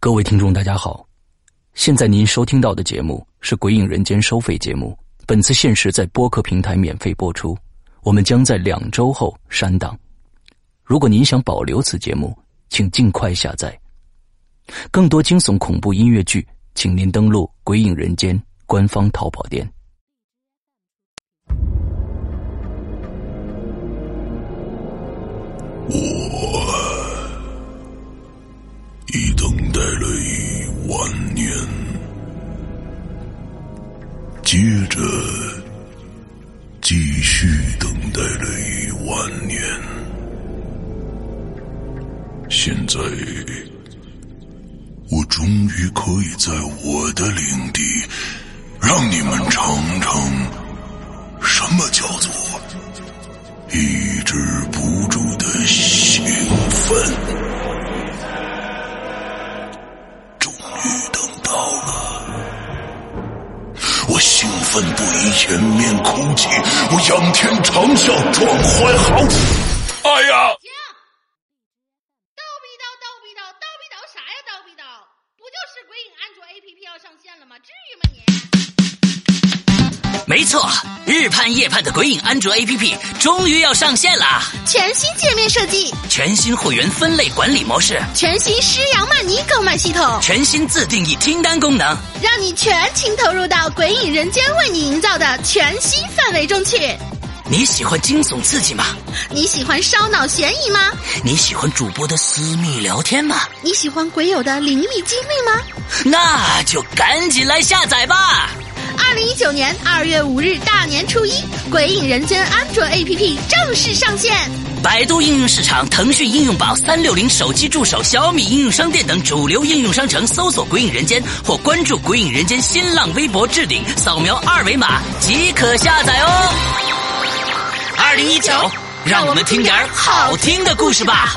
各位听众大家好，现在您收听到的节目是《鬼影人间》收费节目，本次限时在播客平台免费播出，我们将在2周后删档。如果您想保留此节目，请尽快下载。更多惊悚恐怖音乐剧，请您登录《鬼影人间》官方淘宝店。 我已等待了10000年，接着继续等待了10000年，现在我终于可以在我的领地让你们尝尝什么叫做抑制不住的兴奋。终于等到了，我兴奋不已，掩面哭泣，我仰天长啸，壮怀豪情。哎呀！ 啥呀，叨逼叨？不就是鬼影安卓 APP 要上线了吗？至于吗你？ 没错，日盼夜盼的鬼影安卓 APP 终于要上线了！ 全新界面设计， 全新会员分类管理模式， 全新施阳曼尼购买系统， 全新自定义听单功能， 让你全情投入到鬼影人间为你营造的全新氛围中去。 你喜欢惊悚刺激吗？ 你喜欢烧脑悬疑吗？ 你喜欢主播的私密聊天吗？ 你喜欢鬼友的灵异经历吗？ 那就赶紧来下载吧 ！2019年2月5日大年初一，鬼影人间安卓 APP 正式上线。 百度应用市场、腾讯应用宝、360手机助手、小米应用商店等主流应用商城搜索鬼影人间，或关注鬼影人间新浪微博置顶，扫描2维码即可下载哦。2019，让我们听点好听的故事吧。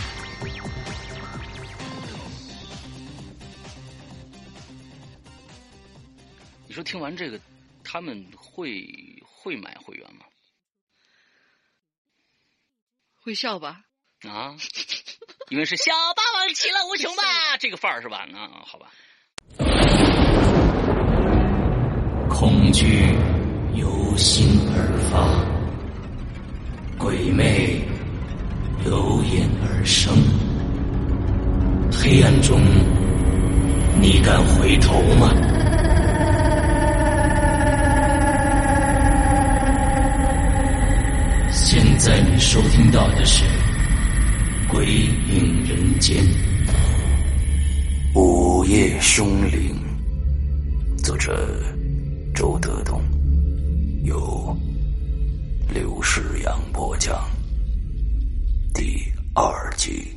你说听完这个，他们会买会员吗？ 会笑吧？ 啊，因为是小霸王其乐无穷吧，这个范儿是吧？那好吧。恐惧由心而发，鬼魅由眼而生。黑暗中，你敢回头吗？现在你收听到的是《鬼影人间》，午夜凶铃，作者周德东，由刘世阳播讲，第2集。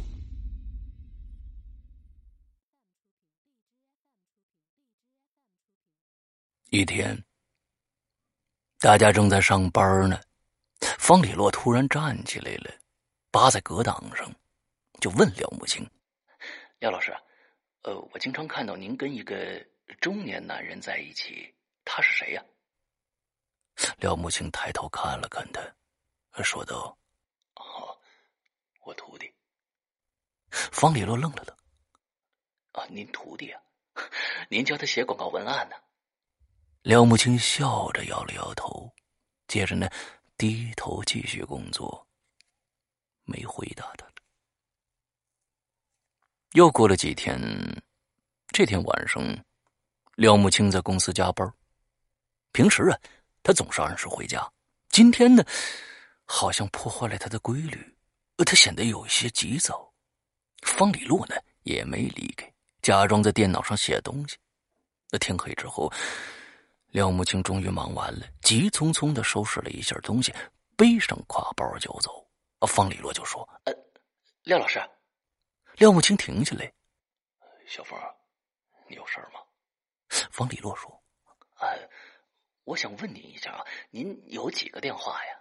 一天，大家正在上班呢，方里洛突然站起来了，扒在隔挡上，就问廖木青：“廖老师，我经常看到您跟一个中年男人在一起，他是谁呀？”廖木青抬头看了看他，说道：“哦，我徒弟。”方里洛愣了愣：“啊，您徒弟啊？您教他写广告文案呢？”廖木青笑着摇了摇头，接着呢，低头继续工作，没回答他。又过了几天，这天晚上，廖木青在公司加班。平时啊，他总是按时回家。今天呢，好像破坏了他的规律，他显得有一些急躁。方里洛呢，也没离开，假装在电脑上写东西。天黑之后，廖木青终于忙完了，急匆匆地收拾了一下东西，背上挎包就走。方里洛就说：“廖老师。”廖木青停下来：“小峰，你有事吗？”方里洛说：“我想问您一下啊，您有几个电话呀？”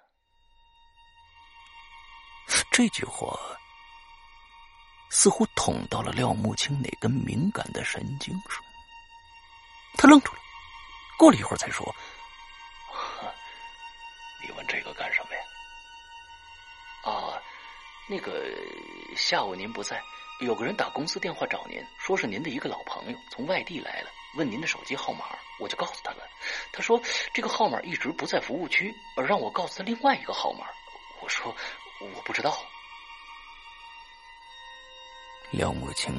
这句话似乎捅到了廖木青哪根敏感的神经上，他愣住了。过了一会儿才说：“你问这个干什么呀？”那个下午您不在， 有个人打公司电话找您，说是您的一个老朋友从外地来了，问您的手机号码，我就告诉他了。他说这个号码一直不在服务区，而让我告诉他另外一个号码。我说我不知道。廖木青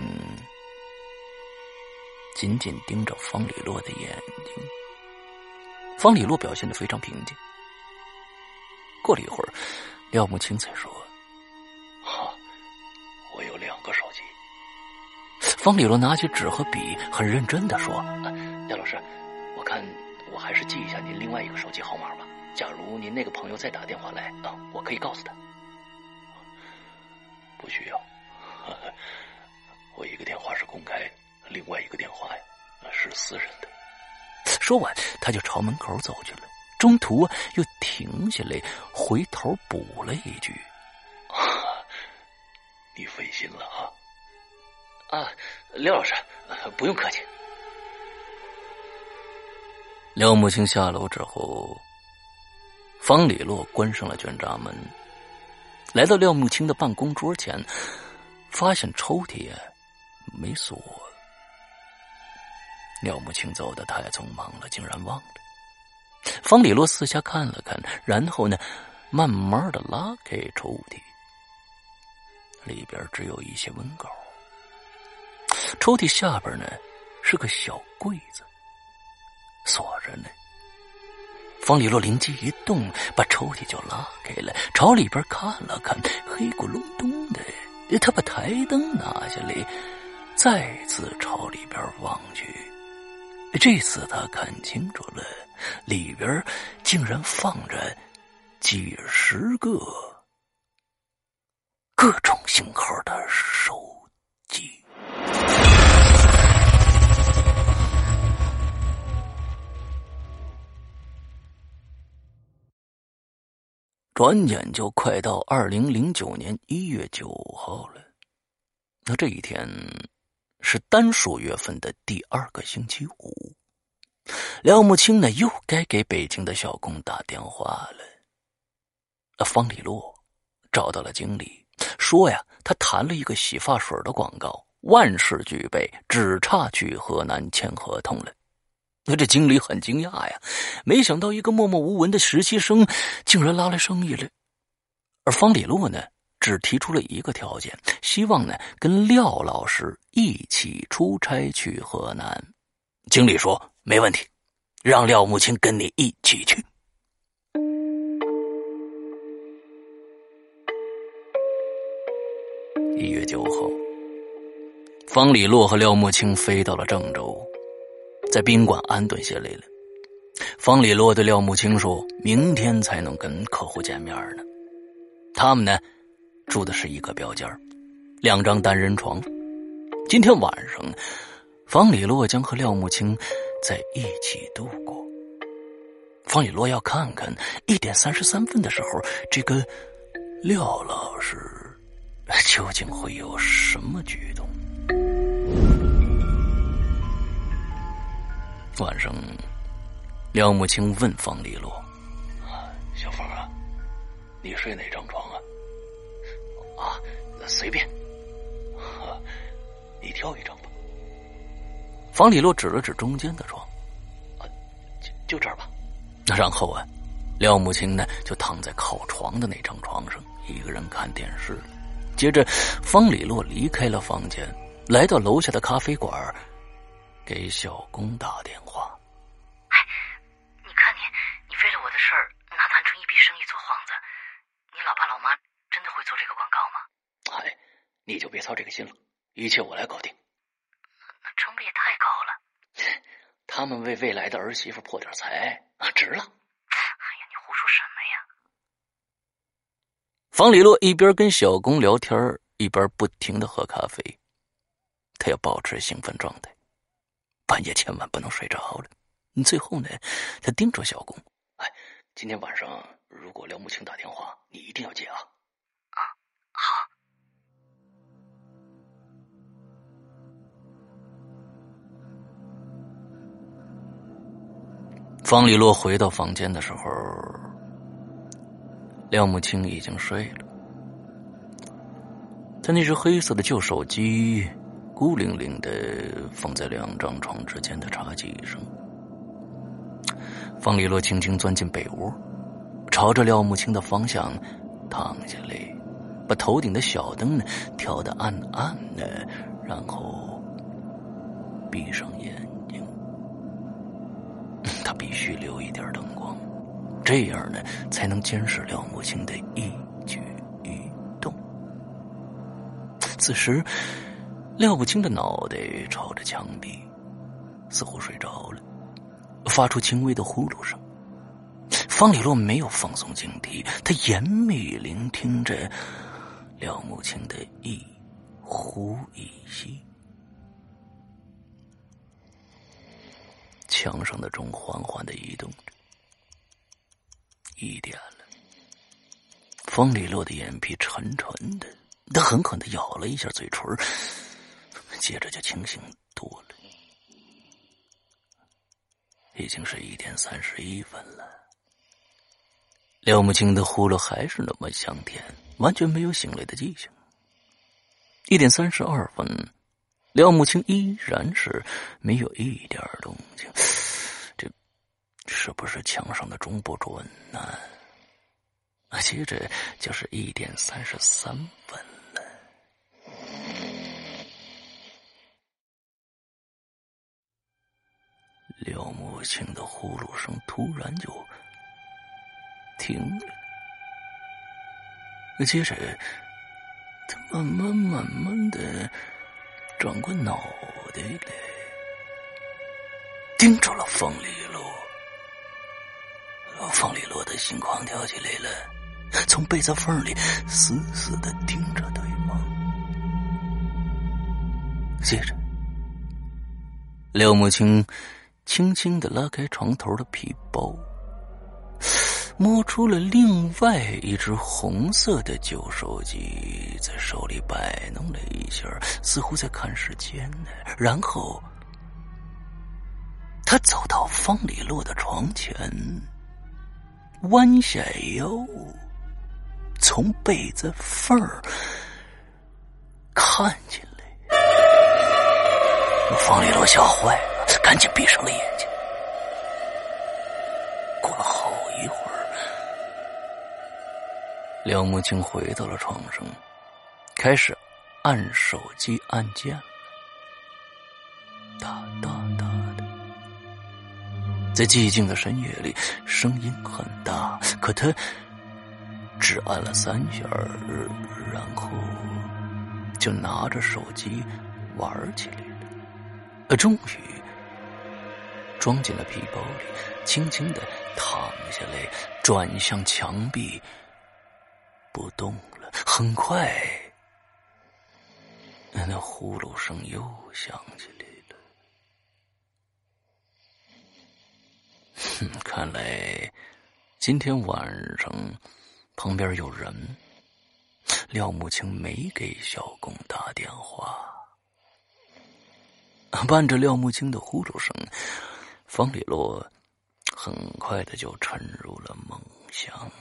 紧紧盯着方里洛的眼睛，方里洛表现得非常平静。过了一会儿，廖木青才说：“我有2个手机。”方里洛拿起纸和笔，很认真地说：“廖老师，我看我还是记一下您另外一个手机号码吧。假如您那个朋友再打电话来我可以告诉他。”不需要，我一个电话是公开的，另外一个电话呀是私人的。说完，他就朝门口走去了。中途又停下来，回头补了一句：“你费心了廖老师，不用客气。”廖木青下楼之后，方里洛关上了卷闸门，来到廖木青的办公桌前，发现抽屉没锁。廖木青走得太匆忙了，竟然忘了。方里洛四下看了看，然后呢，慢慢的拉开抽屉，里边只有一些文稿。抽屉下边呢是个小柜子，锁着呢。方里洛灵机一动，把抽屉就拉开了，朝里边看了看，黑咕隆咚的。他把台灯拿下来，再次朝里边望去。这次他看清楚了，里边竟然放着几十个各种型号的手机。转眼就快到2009年1月9号了。那这一天是单数月份的第2个星期五，廖木青呢又该给北京的小工打电话了。方里洛找到了经理，说呀，他谈了一个洗发水的广告，万事俱备，只差去河南签合同了。那这经理很惊讶呀，没想到一个默默无闻的实习生竟然拉来生意了。而方里洛呢，只提出了一个条件，希望呢跟廖老师一起出差去河南。经理说没问题，让廖木青跟你一起去。1月9号，方里洛和廖木青飞到了郑州，在宾馆安顿下来了。方里洛对廖木青说，明天才能跟客户见面呢。他们呢住的是一个标间，2张单人床。今天晚上，方里洛将和廖木青在一起度过。方里洛要看看1点33分的时候，这个廖老师究竟会有什么举动。晚上，廖木青问方里洛：“小方啊，你睡哪张床啊？”“随便。”“你挑一张吧。”方里洛指了指中间的床。“就这儿吧。”然后廖木青呢就躺在靠床的那张床上，一个人看电视。接着，方里洛离开了房间，来到楼下的咖啡馆，给小工打电话。 “你看你为了我的事儿拿谈成一笔生意做幌子，你老爸老妈真的会做这个广告吗？”“ 你就别操这个心了，一切我来搞定。”“ 那成本也太高了。”“ 他们为未来的儿媳妇破点财值了。”“ 你胡说什么呀？” 方里洛一边跟小工聊天，一边不停地喝咖啡。他要保持兴奋状态，半夜千万不能睡着了。最后呢，他叮嘱小工：“今天晚上如果廖木青打电话，你一定要接啊。”“ 好。” 方里洛回到房间的时候，廖木青已经睡了。 他那只黑色的旧手机孤零零地放在2张床之间的茶几上。方里洛轻轻钻进被窝，朝着廖木青的方向躺下来，把头顶的小灯呢调得暗暗的，然后闭上眼睛。他必须留一点灯光，这样呢才能监视廖木青的一举一动。此时廖木青的脑袋朝着墙壁，似乎睡着了，发出轻微的呼噜声。方里洛没有放松警惕，他严密聆听着廖木青的一呼一吸。墙上的钟缓缓地移动着，1点了。方里洛的眼皮沉沉的，他狠狠地咬了一下嘴唇，接着就清醒多了。已经是1点31分了。廖木青的呼噜还是那么香甜，完全没有醒来的迹象。1点32分，廖木青依然是没有一点动静。这是不是墙上的钟不准呢？接着就是1点33分了。廖木青的呼噜声突然就停了，接着他慢慢的转过脑袋来，盯着了方里洛。方里洛的心狂跳起来了，从被子缝里死死地盯着对方。接着廖木青轻轻地拉开床头的皮包，摸出了另外一只红色的旧手机，在手里摆弄了一下，似乎在看时间呢。然后他走到方里洛的床前，弯下腰，从被子缝儿看进来。方里洛吓坏了，赶紧闭上了眼睛。过了好一会儿，廖木青回到了床上，开始按手机按键了，哒哒哒的。在寂静的深夜里，声音很大，可他只按了3下，然后就拿着手机玩起来了。终于装进了皮包里，轻轻地躺下来，转向墙壁不动了。很快那呼噜声又响起来了。看来今天晚上旁边有人。廖木青没给小龚打电话。伴着廖木青的呼噜声，方里洛很快的就沉入了梦乡。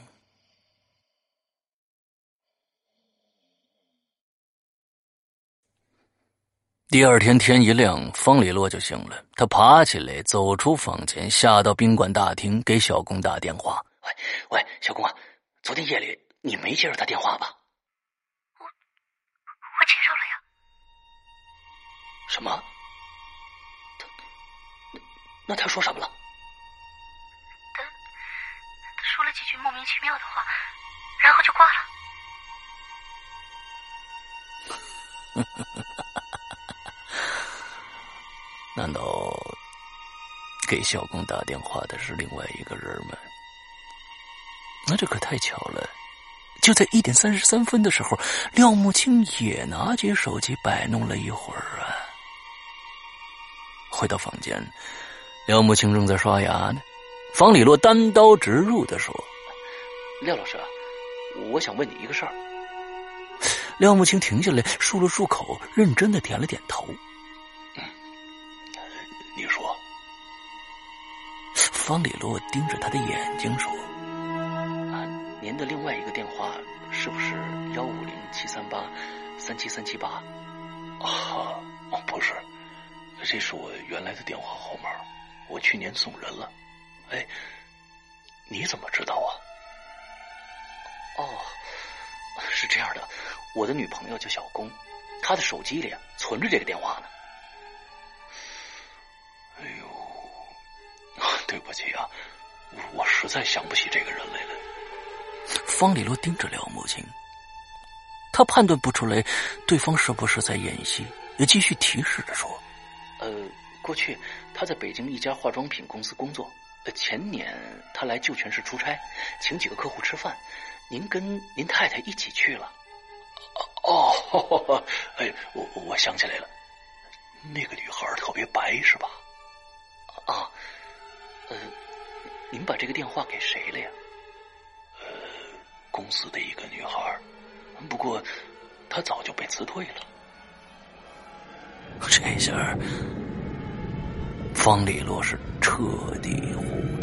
第二天天一亮，方里洛就醒了。他爬起来，走出房间，下到宾馆大厅，给小龚打电话。喂，小龚啊，昨天夜里你没接着他电话吧？ 我接着了呀。 什么？那他说什么了？ 他说了几句莫名其妙的话，然后就挂了。 难道给小龚打电话的是另外一个人吗？那这可太巧了。就在1点33分的时候，廖木青也拿起手机摆弄了一会儿啊。回到房间，廖木青正在刷牙呢。方里洛单刀直入地说：“廖老师，我想问你一个事儿。”廖木青停下来，漱了漱口，认真地点了点头。你说。方里洛盯着他的眼睛说：“您的另外一个电话是不是150738 37378。 不是，这是我原来的电话号码，我去年送人了。哎，你怎么知道啊？ 是这样的，我的女朋友叫小龚，她的手机里存着这个电话呢。 哎呦，对不起啊，我实在想不起这个人来了。 方礼洛盯着廖木青，他判断不出来对方是不是在演戏，也继续提示着说：过去他在北京一家化妆品公司工作，前年他来旧泉市出差，请几个客户吃饭，您跟您太太一起去了。 哎，我想起来了，那个女孩特别白是吧？ 您把这个电话给谁了呀？ 公司的一个女孩，不过她早就被辞退了。 这下方礼洛是彻底糊涂。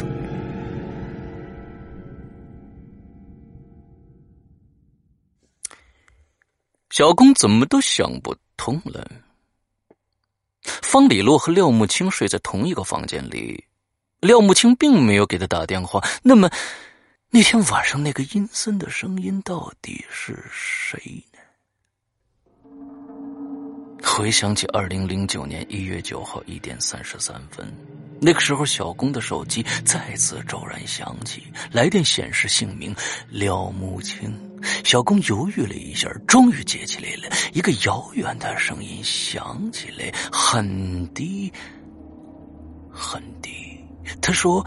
小龚怎么都想不通了。方礼洛和廖木青睡在同一个房间里，廖木青并没有给他打电话，那么那天晚上那个阴森的声音到底是谁呢？回想起2009年1月9号1点33分，那个时候小龚的手机再次骤然响起，来电显示姓名廖木青。小龚犹豫了一下，终于接起来了。一个遥远的声音响起来，很低很低。他说：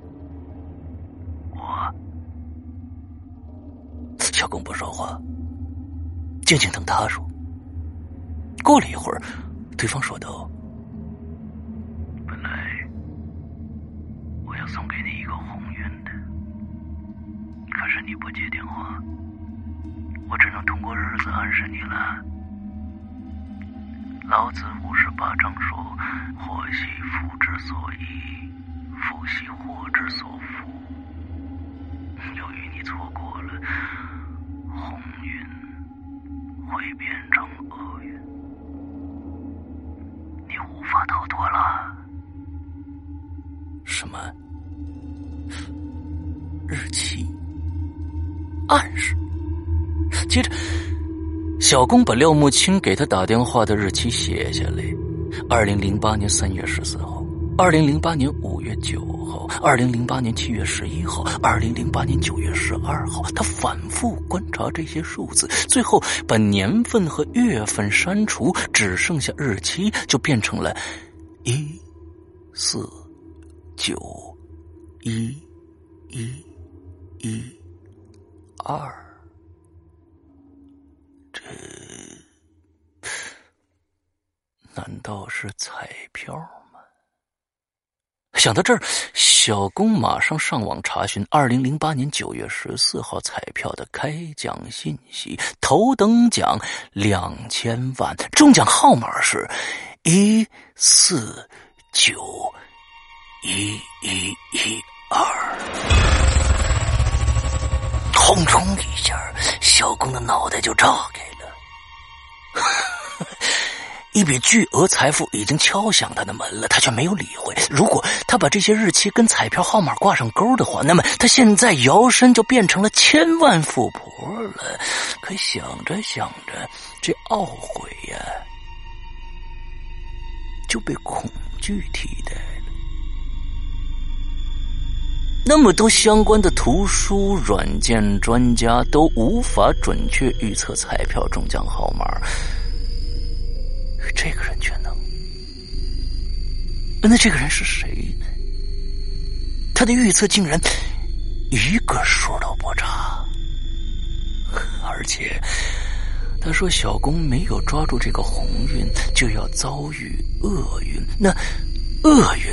小龚不说话，静静等他说。过了一会儿，对方说道： 本来我要送给你一个鸿运的，可是你不接电话，我只能通过日子暗示你了。老子58章说：祸兮福之所依，福兮祸之所伏。由于你错过了，鸿运会变成厄运，你无法逃脱了。 什么？日期？暗示？接着小龚把廖木青给他打电话的日期写下来：2008年3月14号，2008年5月9号，2008年7月11号，2008年9月12号。他反复观察这些数字，最后把年份和月份删除，只剩下日期，就变成了1491112。这难道是彩票吗？想到这儿，小龚马上上网查询2008年9月14号彩票的开奖信息，头等奖2000万，中奖号码是1491112。轰冲一下，小龚的脑袋就炸开了。一笔巨额财富已经敲响他的门了，他却没有理会。如果他把这些日期跟彩票号码挂上钩的话，那么他现在摇身就变成了千万富婆了。可想着想着，这懊悔呀，就被恐惧替代了。那么多相关的图书、软件专家都无法准确预测彩票中奖号码，这个人却能。那这个人是谁呢？他的预测竟然一个数都不差，而且他说小龚没有抓住这个鸿运就要遭遇厄运。那厄运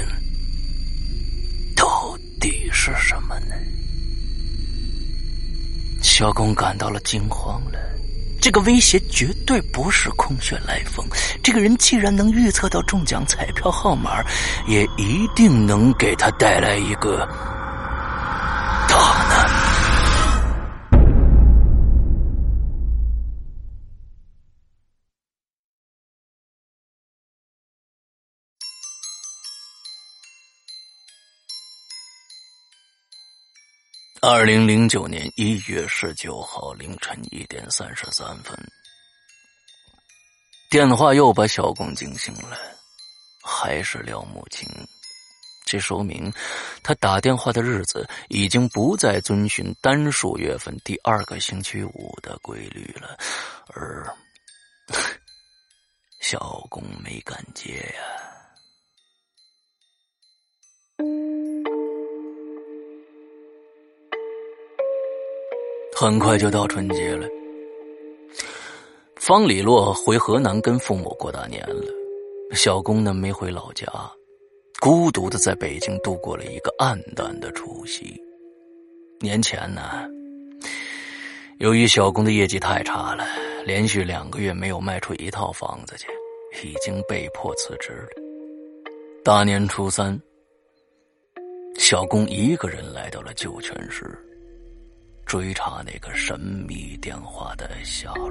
到底是什么呢？小龚感到了惊慌了。这个威胁绝对不是空穴来风，这个人既然能预测到中奖彩票号码，也一定能给他带来一个大难。 2009年1月19号凌晨1点33分，电话又把小龚惊醒了，还是廖木青。这说明他打电话的日子已经不再遵循单数月份第2个星期五的规律了，而小龚没敢接呀。很快就到春节了，方李洛回河南跟父母过大年了，小龚呢没回老家，孤独的在北京度过了一个黯淡的除夕。年前呢，由于小龚的业绩太差了，连续2个月没有卖出1套房子去，已经被迫辞职了。大年初3，小龚一个人来到了酒泉市，追查那个神秘电话的下落。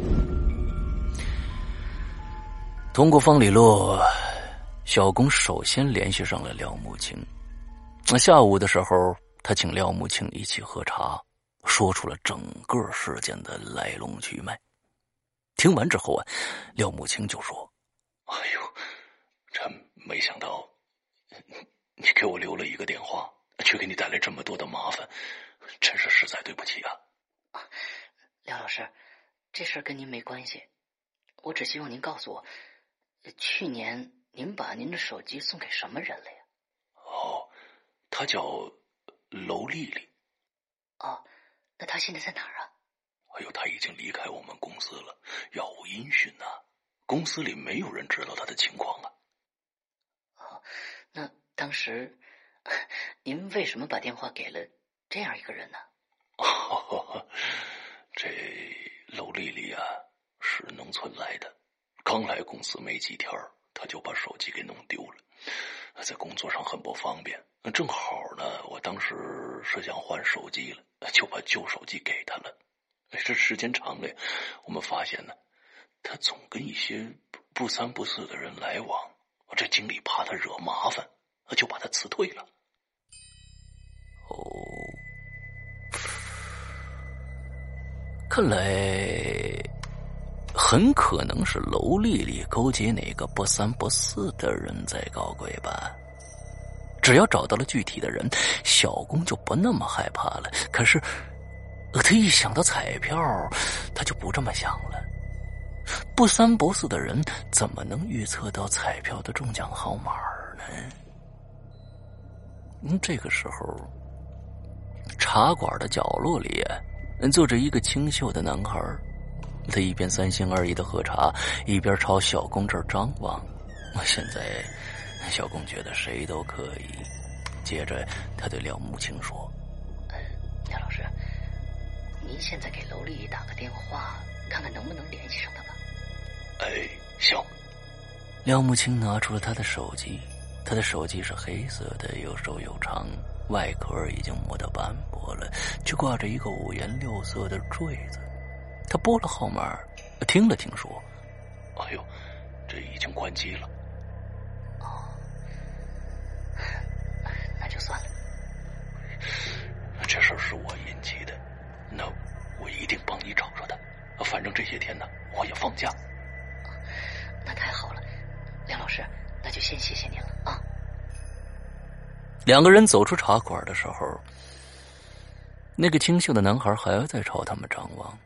通过方李洛，小龚首先联系上了廖木青。下午的时候，他请廖木青一起喝茶，说出了整个事件的来龙去脉。听完之后啊，廖木青就说：“ 哎呦，真没想到，你给我留了一个电话，却给你带来这么多的麻烦，真是实在对不起啊！” 廖老师，这事儿跟您没关系，我只希望您告诉我，去年您把您的手机送给什么人了呀？ 哦，她叫娄丽丽。 哦，那她现在在哪儿啊？ 哎呦，她已经离开我们公司了，杳无音讯啊！公司里没有人知道她的情况啊。 哦，那当时您为什么把电话给了这样一个人呢？ 这娄丽丽啊，是农村来的，刚来公司没几天，她就把手机给弄丢了，在工作上很不方便。正好呢，我当时是想换手机了，就把旧手机给她了。这时间长了，我们发现呢，她总跟一些不三不四的人来往，这经理怕她惹麻烦，就把她辞退了。 哦，看来很可能是娄丽丽勾结哪个不三不四的人在搞鬼吧。只要找到了具体的人，小龚就不那么害怕了。可是他一想到彩票，他就不这么想了。不三不四的人怎么能预测到彩票的中奖号码呢？这个时候，茶馆的角落里坐着一个清秀的男孩，他一边三心二意的喝茶，一边朝小龚这儿张望。现在小龚觉得谁都可以。接着他对廖木青说：“ 廖老师，您现在给娄丽丽打个电话，看看能不能联系上她吧。” 哎，行。 廖木青拿出了他的手机，他的手机是黑色的，又瘦又长，外壳已经磨得斑驳了，却挂着一个五颜六色的坠子。他拨了号码，听了听说：“ 哎呦，这已经关机了。” 哦，那就算了。 这事儿是我引起的，那我一定帮你找着他。反正这些天呢，我也放假。 那太好了，梁老师，那就先谢谢您了啊。 两个人走出茶馆的时候，那个清秀的男孩还在朝他们张望。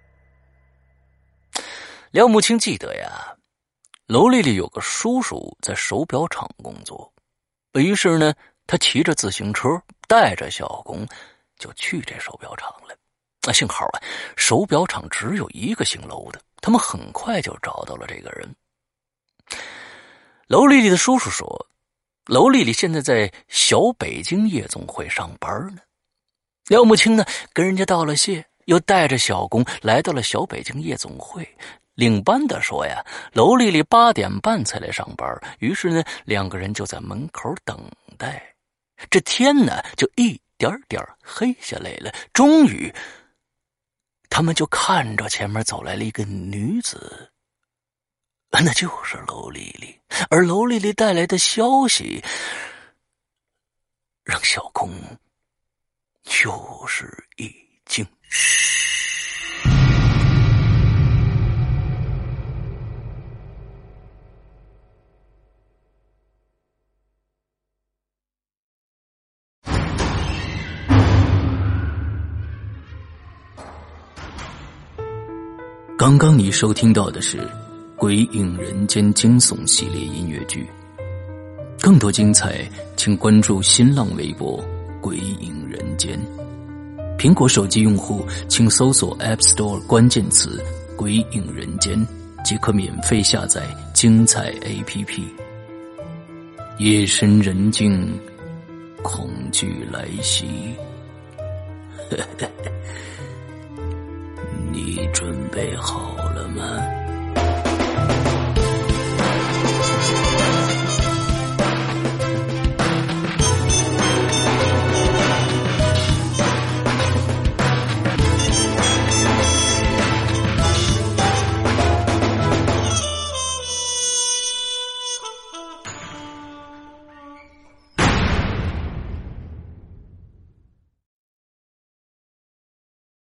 廖木青记得呀，娄丽丽有个叔叔在手表厂工作，于是呢，他骑着自行车带着小龚就去这手表厂了。幸好啊，手表厂只有一个姓娄的，他们很快就找到了这个人。娄丽丽的叔叔说，娄丽丽现在在小北京夜总会上班呢。廖木青呢，跟人家道了谢，又带着小龚来到了小北京夜总会。领班的说呀，娄丽丽8点半才来上班，于是呢，两个人就在门口等待。这天呢，就一点点黑下来了。终于，他们就看着前面走来了一个女子，那就是娄丽丽。而娄丽丽带来的消息，让小龚就是一惊。刚刚你收听到的是《鬼影人间》惊悚系列音乐剧，更多精彩请关注新浪微博《鬼影人间》，苹果手机用户请搜索 App Store 关键词“鬼影人间”，即可免费下载精彩 APP。夜深人静，恐惧来袭，你准备好了吗？